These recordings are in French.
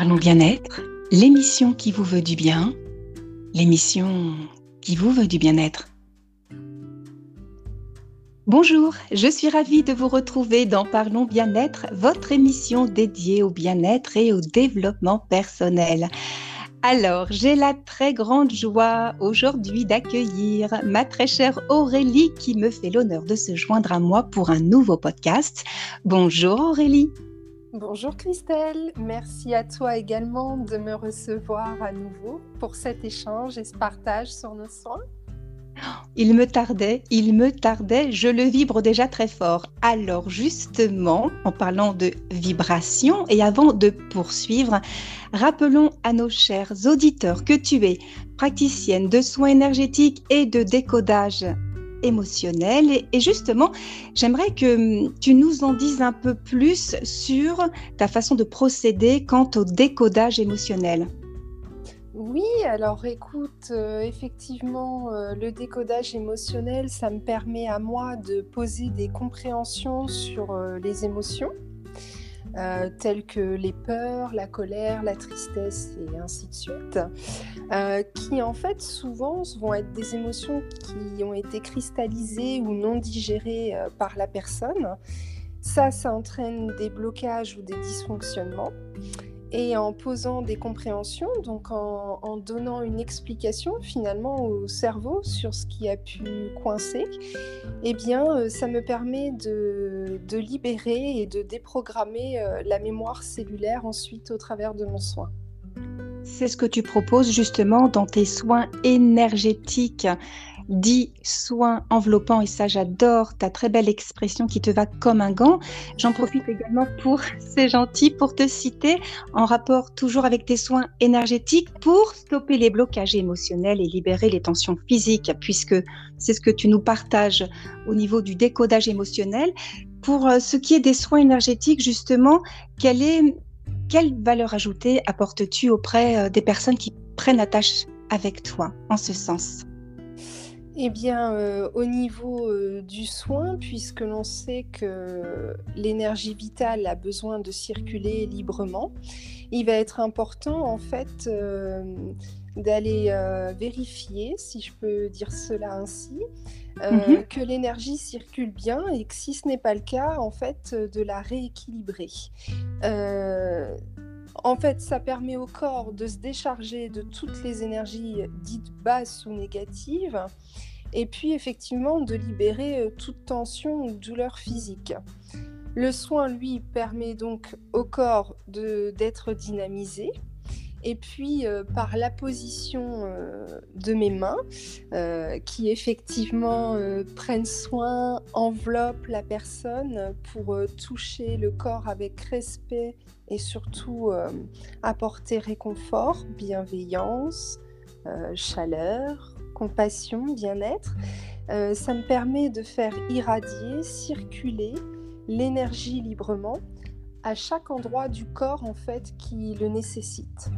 Parlons bien-être, l'émission qui vous veut du bien, l'émission qui vous veut du bien-être. Bonjour, je suis ravie de vous retrouver dans Parlons bien-être, votre émission dédiée au bien-être et au développement personnel. Alors, j'ai la très grande joie aujourd'hui d'accueillir ma très chère Aurélie qui me fait l'honneur de se joindre à moi pour un nouveau podcast. Bonjour Aurélie. Bonjour Christelle, merci à toi également de me recevoir à nouveau pour cet échange et ce partage sur nos soins. Il me tardait, je le vibre déjà très fort. Alors justement, en parlant de vibration et avant de poursuivre, rappelons à nos chers auditeurs que tu es praticienne de soins énergétiques et de décodage émotionnel. Et justement, j'aimerais que tu nous en dises un peu plus sur ta façon de procéder quant au décodage émotionnel. Oui, alors écoute, effectivement, le décodage émotionnel, ça me permet à moi de poser des compréhensions sur les émotions, telles que les peurs, la colère, la tristesse et ainsi de suite, qui en fait souvent vont être des émotions qui ont été cristallisées ou non digérées par la personne. Ça entraîne des blocages ou des dysfonctionnements. Et en posant des compréhensions, donc en donnant une explication finalement au cerveau sur ce qui a pu coincer, eh bien, ça me permet de libérer et de déprogrammer la mémoire cellulaire ensuite au travers de mon soin. C'est ce que tu proposes justement dans tes soins énergétiques, dits soins enveloppants, et ça j'adore ta très belle expression qui te va comme un gant. J'en profite également c'est gentil, pour te citer en rapport toujours avec tes soins énergétiques pour stopper les blocages émotionnels et libérer les tensions physiques, puisque c'est ce que tu nous partages au niveau du décodage émotionnel. Pour ce qui est des soins énergétiques, justement, quelle valeur ajoutée apportes-tu auprès des personnes qui prennent attache avec toi en ce sens ? Eh bien, au niveau du soin, puisque l'on sait que l'énergie vitale a besoin de circuler librement, il va être important en fait d'aller vérifier, si je peux dire cela ainsi, que l'énergie circule bien et que si ce n'est pas le cas, en fait, de la rééquilibrer. En fait, ça permet au corps de se décharger de toutes les énergies dites basses ou négatives et puis effectivement de libérer toute tension ou douleur physique. Le soin, lui, permet donc au corps d'être dynamisé. Et puis, par la position de mes mains, qui effectivement prennent soin, enveloppent la personne pour toucher le corps avec respect et surtout apporter réconfort, bienveillance, chaleur, compassion, bien-être. Ça me permet de faire irradier, circuler l'énergie librement à chaque endroit du corps en fait qui le nécessite.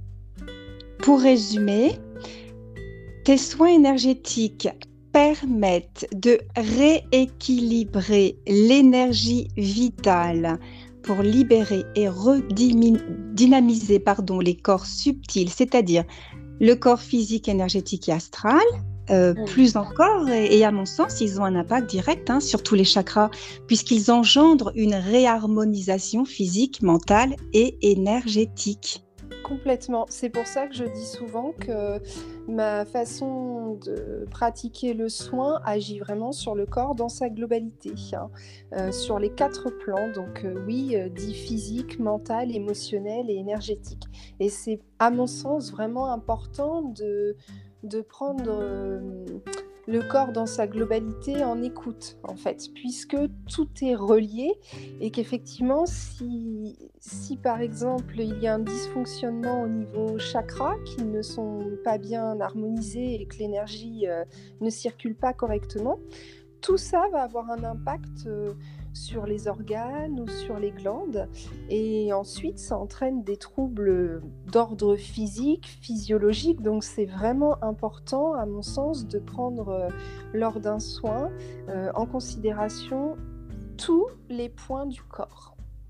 Pour résumer, tes soins énergétiques permettent de rééquilibrer l'énergie vitale pour libérer et redynamiser les corps subtils, c'est-à-dire le corps physique, énergétique et astral. Plus encore, et à mon sens, ils ont un impact direct sur tous les chakras, puisqu'ils engendrent une réharmonisation physique, mentale et énergétique. Complètement. C'est pour ça que je dis souvent que ma façon de pratiquer le soin agit vraiment sur le corps dans sa globalité, sur les 4 plans, donc dit physique, mental, émotionnel et énergétique. Et c'est à mon sens vraiment important de prendre le corps dans sa globalité en écoute, en fait, puisque tout est relié et qu'effectivement, si par exemple, il y a un dysfonctionnement au niveau chakra, qui ne sont pas bien harmonisés et que l'énergie ne circule pas correctement, tout ça va avoir un impact sur les organes ou sur les glandes et ensuite ça entraîne des troubles d'ordre physique, physiologique, donc c'est vraiment important à mon sens de prendre lors d'un soin en considération tous les points du corps.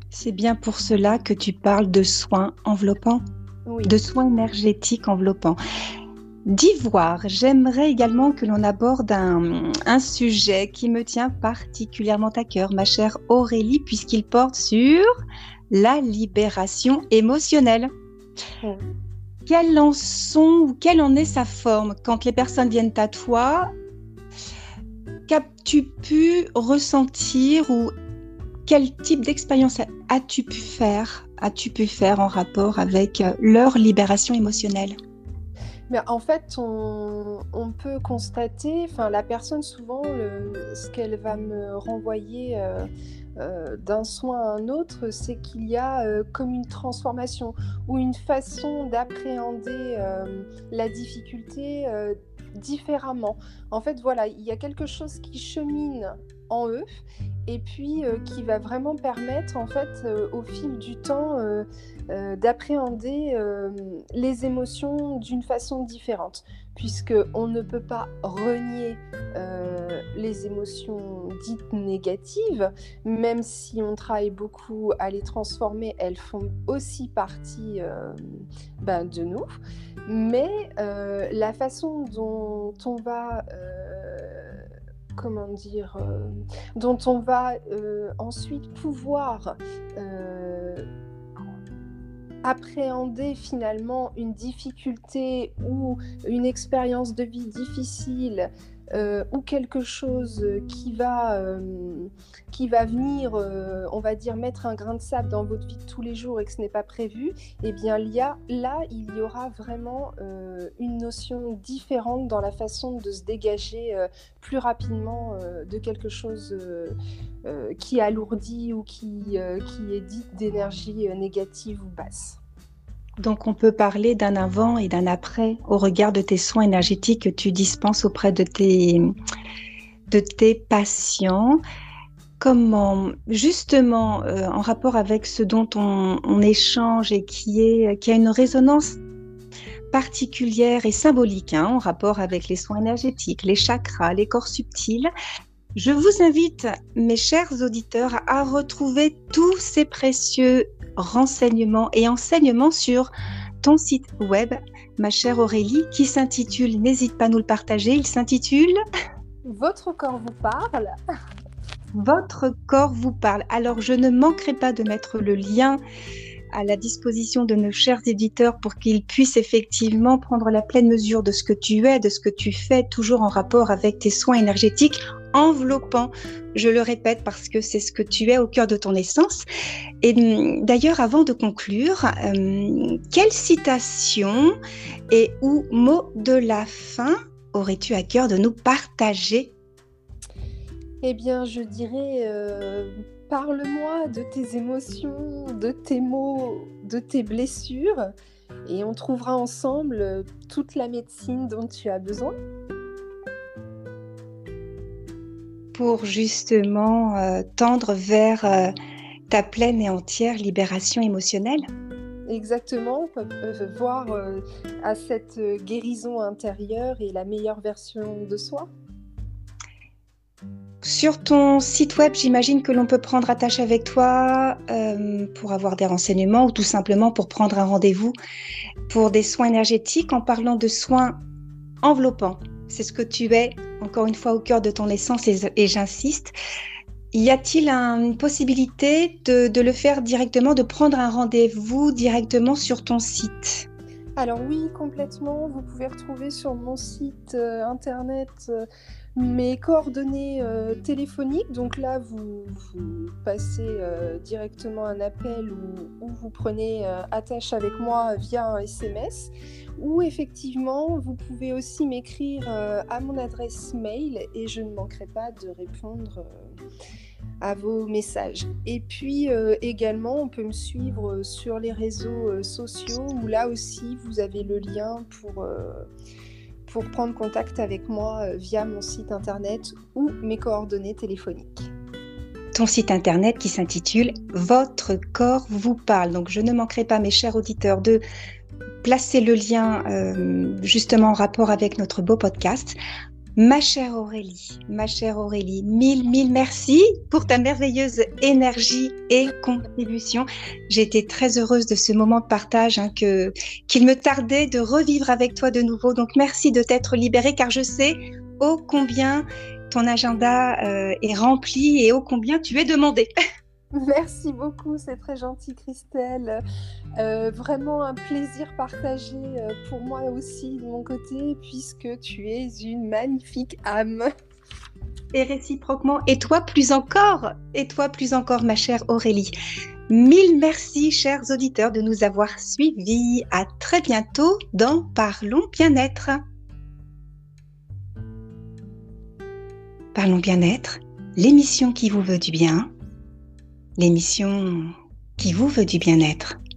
C'est bien pour cela que tu parles de soins enveloppants, Oui. de soins énergétiques enveloppants. D'ivoire, j'aimerais également que l'on aborde un sujet qui me tient particulièrement à cœur, ma chère Aurélie, puisqu'il porte sur la libération émotionnelle. Oui. Quelle en est sa forme quand les personnes viennent à toi? Qu'as-tu pu ressentir ou quel type d'expérience as-tu pu faire en rapport avec leur libération émotionnelle? Mais en fait, on peut constater, enfin la personne souvent, ce qu'elle va me renvoyer d'un soin à un autre, c'est qu'il y a comme une transformation ou une façon d'appréhender la difficulté différemment. En fait, voilà, il y a quelque chose qui chemine en eux et puis qui va vraiment permettre, en fait, au fil du temps, d'appréhender les émotions d'une façon différente, puisqu'on ne peut pas renier les émotions dites négatives, même si on travaille beaucoup à les transformer, elles font aussi partie de nous, mais la façon dont on va dont on va ensuite pouvoir appréhender finalement une difficulté ou une expérience de vie difficile ou quelque chose qui va venir, on va dire, mettre un grain de sable dans votre vie de tous les jours et que ce n'est pas prévu, eh bien il y aura vraiment une notion différente dans la façon de se dégager plus rapidement de quelque chose qui alourdit ou qui est dite d'énergie négative ou basse. Donc, on peut parler d'un avant et d'un après au regard de tes soins énergétiques que tu dispenses auprès de tes patients. Comment, justement, en rapport avec ce dont on échange et qui a une résonance particulière et symbolique, en rapport avec les soins énergétiques, les chakras, les corps subtils, je vous invite, mes chers auditeurs, à retrouver tous ces précieux renseignements et enseignements sur ton site web, ma chère Aurélie, qui s'intitule, n'hésite pas à nous le partager, il s'intitule « Votre corps vous parle ». Votre corps vous parle. Alors, je ne manquerai pas de mettre le lien à la disposition de nos chers éditeurs pour qu'ils puissent effectivement prendre la pleine mesure de ce que tu es, de ce que tu fais, toujours en rapport avec tes soins énergétiques enveloppants. Je le répète parce que c'est ce que tu es au cœur de ton essence. Et d'ailleurs, avant de conclure, quelle citation et ou mot de la fin aurais-tu à cœur de nous partager? Eh bien, je dirais, parle-moi de tes émotions, de tes mots, de tes blessures, et on trouvera ensemble toute la médecine dont tu as besoin. Pour justement tendre vers ta pleine et entière libération émotionnelle. Exactement, voir à cette guérison intérieure et la meilleure version de soi. Sur ton site web, j'imagine que l'on peut prendre attache avec toi pour avoir des renseignements ou tout simplement pour prendre un rendez-vous pour des soins énergétiques en parlant de soins enveloppants. C'est ce que tu es, encore une fois, au cœur de ton essence et j'insiste. Y a-t-il une possibilité de le faire directement, de prendre un rendez-vous directement sur ton site ? Alors oui, complètement. Vous pouvez retrouver sur mon site internet mes coordonnées téléphoniques. Donc là, vous passez directement un appel ou vous prenez attache avec moi via un SMS. Ou effectivement, vous pouvez aussi m'écrire à mon adresse mail et je ne manquerai pas de répondre à vos messages. Et puis également, on peut me suivre sur les réseaux sociaux où là aussi, vous avez le lien pour prendre contact avec moi via mon site internet ou mes coordonnées téléphoniques. Ton site internet qui s'intitule « Votre corps vous parle ». Donc, je ne manquerai pas, mes chers auditeurs, de placer le lien justement en rapport avec notre beau podcast. Ma chère Aurélie, mille merci pour ta merveilleuse énergie et contribution. J'ai été très heureuse de ce moment de partage qu'il me tardait de revivre avec toi de nouveau. Donc merci de t'être libérée car je sais ô combien ton agenda est rempli et ô combien tu es demandée. Merci beaucoup, c'est très gentil Christelle. Vraiment un plaisir partagé pour moi aussi de mon côté, puisque tu es une magnifique âme. Et réciproquement, et toi plus encore, ma chère Aurélie. Mille merci, chers auditeurs, de nous avoir suivis. À très bientôt dans Parlons Bien-être. Parlons Bien-être, l'émission qui vous veut du bien, l'émission qui vous veut du bien-être.